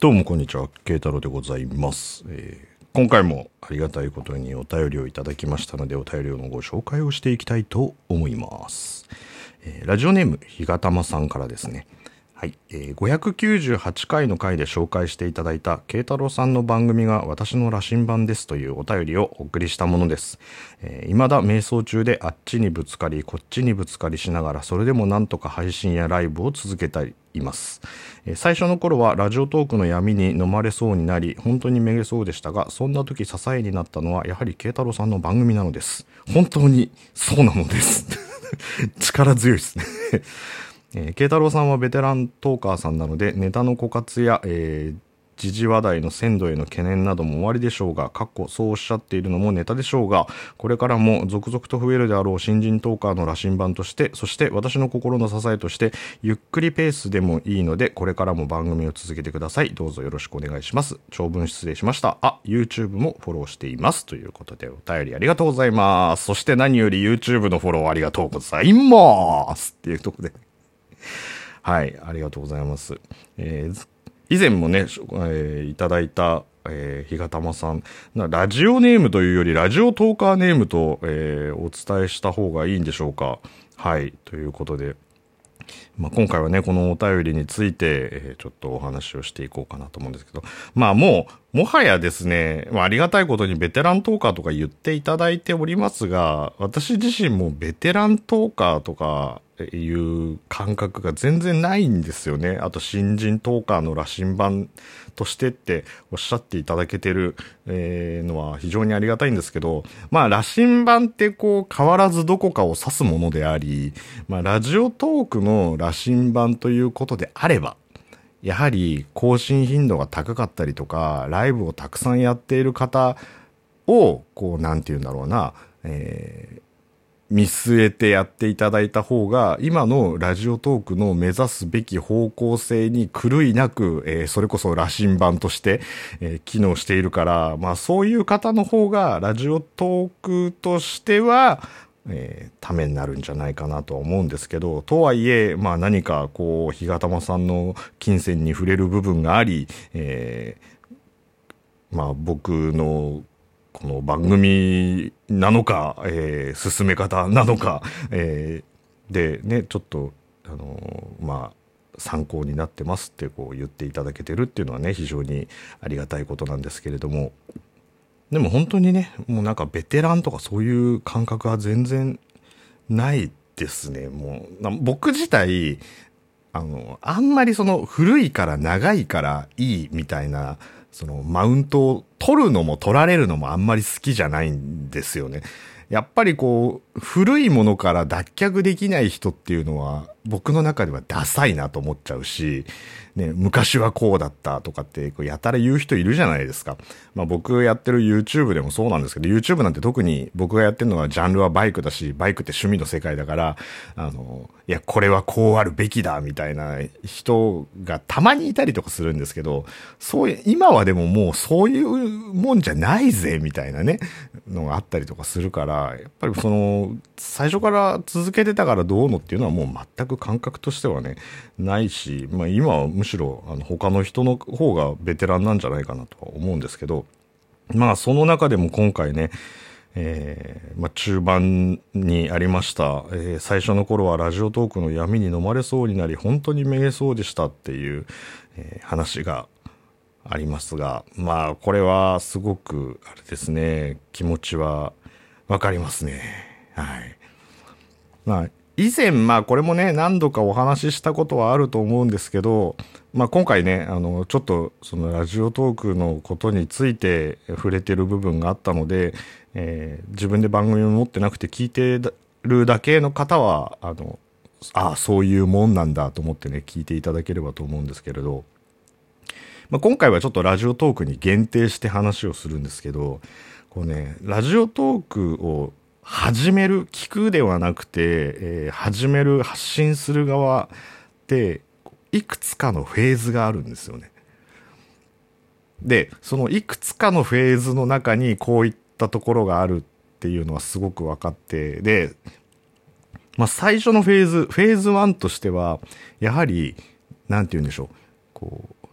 どうもこんにちは、慶太郎でございます。今回もありがたいことにお便りをいただきましたので、お便りのご紹介をしていきたいと思います。ラジオネームひがたまさんからですね。はい、598回の回で紹介していただいた慶太郎さんの番組が私の羅針盤ですというお便りをお送りしたものです。未だ瞑想中であっちにぶつかりこっちにぶつかりしながら、それでもなんとか配信やライブを続けています。最初の頃はラジオトークの闇に飲まれそうになり、本当にめげそうでしたが、そんな時支えになったのはやはり慶太郎さんの番組なのです。本当にそうなのです力強いですね慶太郎さんはベテラントーカーさんなので、ネタの枯渇や、時事話題の鮮度への懸念なども終わりでしょうが、そうおっしゃっているのもネタでしょうが、これからも続々と増えるであろう新人トーカーの羅針盤として、そして私の心の支えとして、ゆっくりペースでもいいので、これからも番組を続けてください。どうぞよろしくお願いします。長文失礼しました。YouTube もフォローしています。ということで、お便りありがとうございます。そして何より YouTube のフォローありがとうございますっていうところで。はい、ありがとうございます。以前もね、いただいた、ひがたまさん、ラジオネームというよりラジオトーカーネームと、お伝えした方がいいんでしょうか。はい、ということで、今回はね、このお便りについて、ちょっとお話をしていこうかなと思うんですけど、もはやですね、ありがたいことにベテラントーカーとか言っていただいておりますが、私自身もベテラントーカーとかいう感覚が全然ないんですよね。あと新人トーカーの羅針盤としてっておっしゃっていただけてる、のは非常にありがたいんですけど、羅針盤って変わらずどこかを指すものであり、ラジオトークの羅針盤ということであれば、やはり更新頻度が高かったりとか、ライブをたくさんやっている方を、なんて言うんだろうな、見据えてやっていただいた方が、今のラジオトークの目指すべき方向性に狂いなく、それこそ羅針盤として、機能しているから、そういう方の方がラジオトークとしては、ためになるんじゃないかなとは思うんですけど、とはいえ、何かひがたまさんの金銭に触れる部分があり、僕のこの番組なのか、進め方なのか、でね、ちょっと参考になってますって言っていただけてるっていうのはね、非常にありがたいことなんですけれども、でも本当にね、もうなんかベテランとかそういう感覚は全然ないですね。もう僕自体あんまりその古いから長いからいいみたいなそのマウントを取るのも取られるのもあんまり好きじゃないんですよね。やっぱり古いものから脱却できない人っていうのは僕の中ではダサいなと思っちゃうし、ね、昔はこうだったとかってやたら言う人いるじゃないですか。僕やってる YouTube でもそうなんですけど、YouTube なんて特に僕がやってるのはジャンルはバイクだし、バイクって趣味の世界だから、いや、これはこうあるべきだみたいな人がたまにいたりとかするんですけど、今はでももうそういうもんじゃないぜみたいなね、のがあったりとかするから、やっぱり最初から続けてたからどうのっていうのはもう全く感覚としてはね、ないし、今はむしろ他の人の方がベテランなんじゃないかなとは思うんですけど、その中でも今回ね、中盤にありました、最初の頃はラジオトークの闇に飲まれそうになり本当にめげそうでしたっていう、話がありますが、これはすごくあれですね、気持ちはわかりますね。はい。以前、これもね、何度かお話ししたことはあると思うんですけど、今回ね、ちょっと、そのラジオトークのことについて触れてる部分があったので、自分で番組を持ってなくて聞いてるだけの方は、そういうもんなんだと思ってね、聞いていただければと思うんですけれど、今回はちょっとラジオトークに限定して話をするんですけど、ラジオトークを始める、聞くではなくて、始める、発信する側っていくつかのフェーズがあるんですよね。で、そのいくつかのフェーズの中にこういったところがあるっていうのはすごく分かって、で、最初のフェーズ1としては、やはり、なんて言うんでしょう、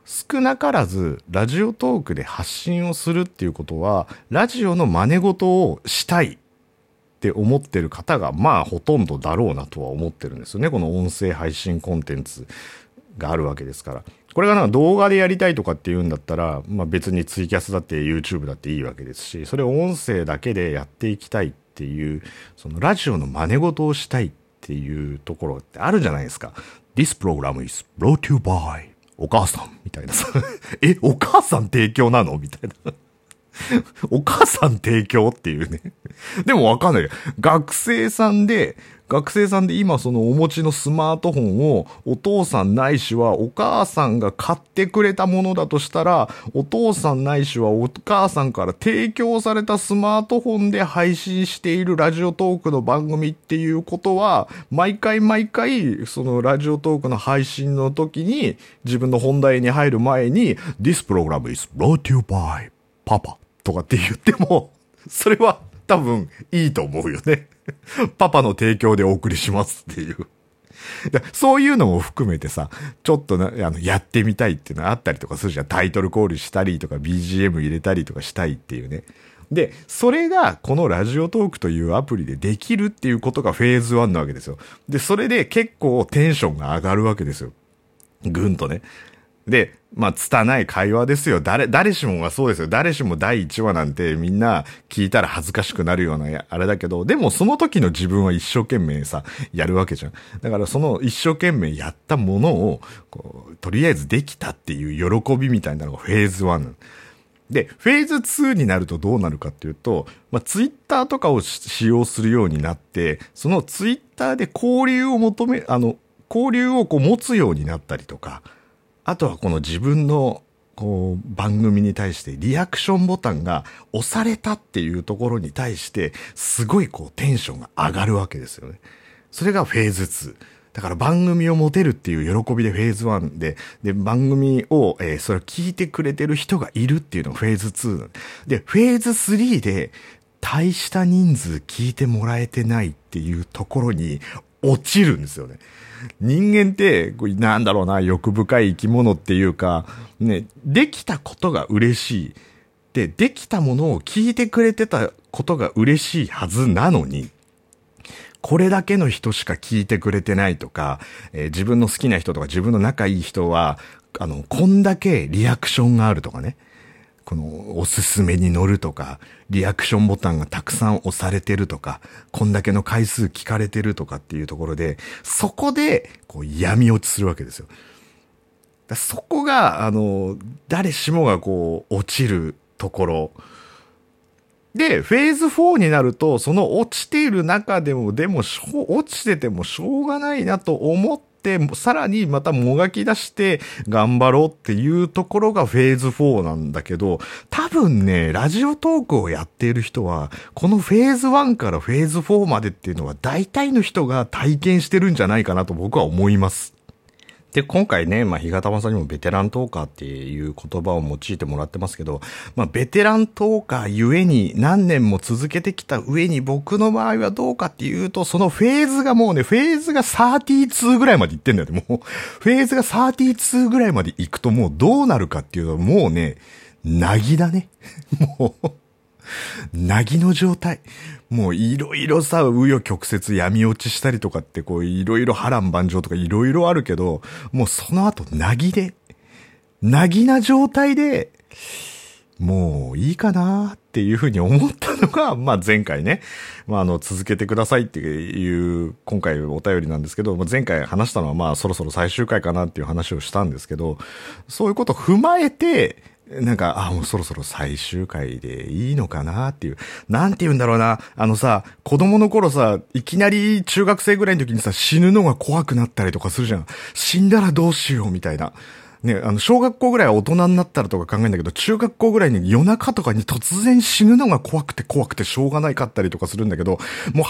少なからずラジオトークで発信をするっていうことは、ラジオの真似事をしたいって思ってる方がまあほとんどだろうなとは思ってるんですよね。この音声配信コンテンツがあるわけですから。これがなんか動画でやりたいとかっていうんだったら、まあ別にツイキャスだって YouTube だっていいわけですし、それを音声だけでやっていきたいっていう、そのラジオの真似事をしたいっていうところってあるじゃないですか。This program is brought to you by お母さんみたいなさ。お母さん提供なのみたいな。お母さん提供っていうね。でもわかんない。学生さんで今そのお持ちのスマートフォンをお父さんないしはお母さんが買ってくれたものだとしたら、お父さんないしはお母さんから提供されたスマートフォンで配信しているラジオトークの番組っていうことは、毎回そのラジオトークの配信の時に自分の本題に入る前に This program is brought to you by パパとかって言っても、それは多分いいと思うよね。パパの提供でお送りしますっていう。そういうのも含めてさ、ちょっとやってみたいっていうのがあったりとかするじゃん。タイトルコールしたりとか BGM 入れたりとかしたいっていうね。で、それがこのラジオトークというアプリでできるっていうことがフェーズ1なわけですよ。で、それで結構テンションが上がるわけですよ。ぐんとね。で、まあ、拙い会話ですよ。誰しもがそうですよ。誰しも第1話なんてみんな聞いたら恥ずかしくなるようなあれだけど、でもその時の自分は一生懸命さ、やるわけじゃん。だからその一生懸命やったものを、とりあえずできたっていう喜びみたいなのがフェーズ1。で、フェーズ2になるとどうなるかっていうと、まあ、ツイッターとかを使用するようになって、そのツイッターで交流を交流を持つようになったりとか、あとはこの自分の番組に対してリアクションボタンが押されたっていうところに対してすごいテンションが上がるわけですよね。それがフェーズ2。だから番組を持てるっていう喜びでフェーズ1で、番組を、それを聞いてくれてる人がいるっていうのがフェーズ2。で、フェーズ3で大した人数聞いてもらえてないっていうところに落ちるんですよね。人間って、なんだろうな、欲深い生き物っていうか、ね、できたことが嬉しい。で、できたものを聞いてくれてたことが嬉しいはずなのに、これだけの人しか聞いてくれてないとか、自分の好きな人とか自分の仲いい人は、こんだけリアクションがあるとかね。このおすすめに乗るとか、リアクションボタンがたくさん押されてるとか、こんだけの回数聞かれてるとかっていうところで、そこで闇落ちするわけですよ。そこが誰しもが落ちるところで、フェーズ4になると、その落ちている中でも、落ちててもしょうがないなと思って、さらにまたもがき出して頑張ろうっていうところがフェーズ4なんだけど、多分ね、ラジオトークをやっている人は、このフェーズ1からフェーズ4までっていうのは大体の人が体験してるんじゃないかなと僕は思います。で、今回ね、まあ、日がたまさんにもベテラントーカーっていう言葉を用いてもらってますけど、まあ、ベテラントーカーゆえに何年も続けてきた上に僕の場合はどうかっていうと、そのフェーズがもうね、フェーズが32ぐらいまで行ってんだよね。もう、フェーズが32ぐらいまで行くともうどうなるかっていうと、もうね、なぎだね。もう、なぎの状態。もういろいろさ、紆余曲折闇落ちしたりとかっていろいろ波乱万丈とかいろいろあるけど、もうその後なぎな状態で、もういいかなっていうふうに思ったのが、まあ前回ね、まあ続けてくださいっていう今回お便りなんですけど、前回話したのはまあそろそろ最終回かなっていう話をしたんですけど、そういうことを踏まえて、なんか、もうそろそろ最終回でいいのかなっていう。なんて言うんだろうな。さ、子供の頃さ、いきなり中学生ぐらいの時にさ、死ぬのが怖くなったりとかするじゃん。死んだらどうしようみたいな。ね、小学校ぐらいは大人になったらとか考えんだけど、中学校ぐらいに夜中とかに突然死ぬのが怖くてしょうがないかったりとかするんだけど、もう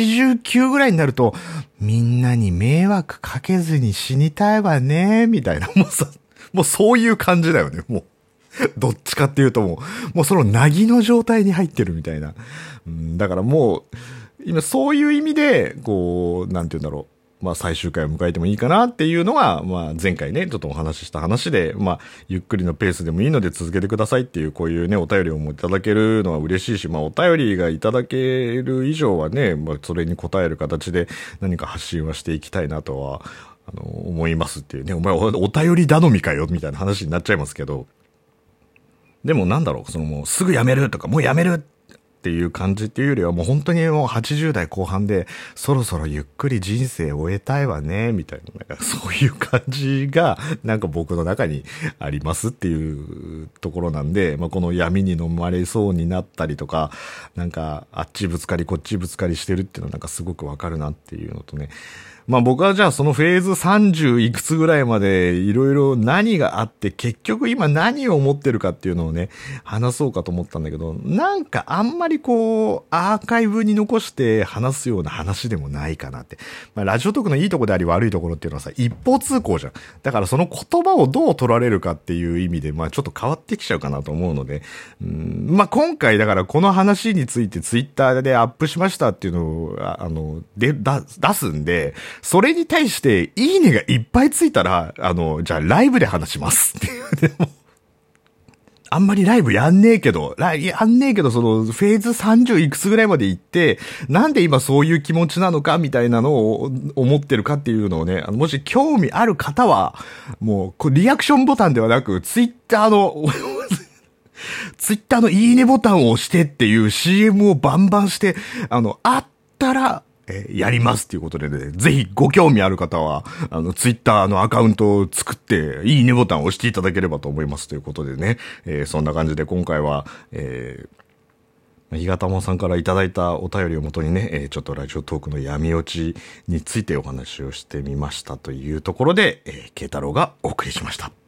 89ぐらいになると、みんなに迷惑かけずに死にたいわね、みたいな。もうさ、もうそういう感じだよね、もう。どっちかっていうともうそのなぎの状態に入ってるみたいな。だからもう、今そういう意味で、なんて言うんだろまあ最終回を迎えてもいいかなっていうのは、まあ前回ね、ちょっとお話しした話で、まあゆっくりのペースでもいいので続けてくださいっていうこういうね、お便りをもいただけるのは嬉しいし、まあお便りがいただける以上はね、まあそれに応える形で何か発信はしていきたいなとは、思いますっていうね、お前お便り頼みかよみたいな話になっちゃいますけど、でもなんだろう、そのもうすぐやめるとか、もうやめるっていう感じっていうよりはもう本当にもう80代後半でそろそろゆっくり人生を終えたいわねみたいな、なんかそういう感じがなんか僕の中にありますっていうところなんで、まあ、この闇に飲まれそうになったりとか、なんかあっちぶつかりこっちぶつかりしてるっていうのはなんかすごくわかるなっていうのとね、まあ僕はじゃあそのフェーズ30いくつぐらいまでいろいろ何があって結局今何を思ってるかっていうのをね話そうかと思ったんだけど、なんかあんまりこうアーカイブに残して話すような話でもないかなって。まあラジオトークのいいところであり悪いところっていうのはさ、一方通行じゃん。だからその言葉をどう取られるかっていう意味でまあちょっと変わってきちゃうかなと思うので、まあ今回だからこの話についてツイッターでアップしましたっていうのを出すんで、それに対して、いいねがいっぱいついたら、じゃあライブで話します。でもあんまりライブやんねえけど、そのフェーズ30いくつぐらいまで行って、なんで今そういう気持ちなのかみたいなのを思ってるかっていうのをね、もし興味ある方は、もう、リアクションボタンではなく、ツイッターのいいねボタンを押してっていう CM をバンバンして、あったら、やりますっていうことでね、ぜひご興味ある方は、ツイッターのアカウントを作って、いいねボタンを押していただければと思いますということでね、そんな感じで今回は、ひがたまさんからいただいたお便りをもとにね、ちょっとラジオトークの闇落ちについてお話をしてみましたというところで、慶太郎がお送りしました。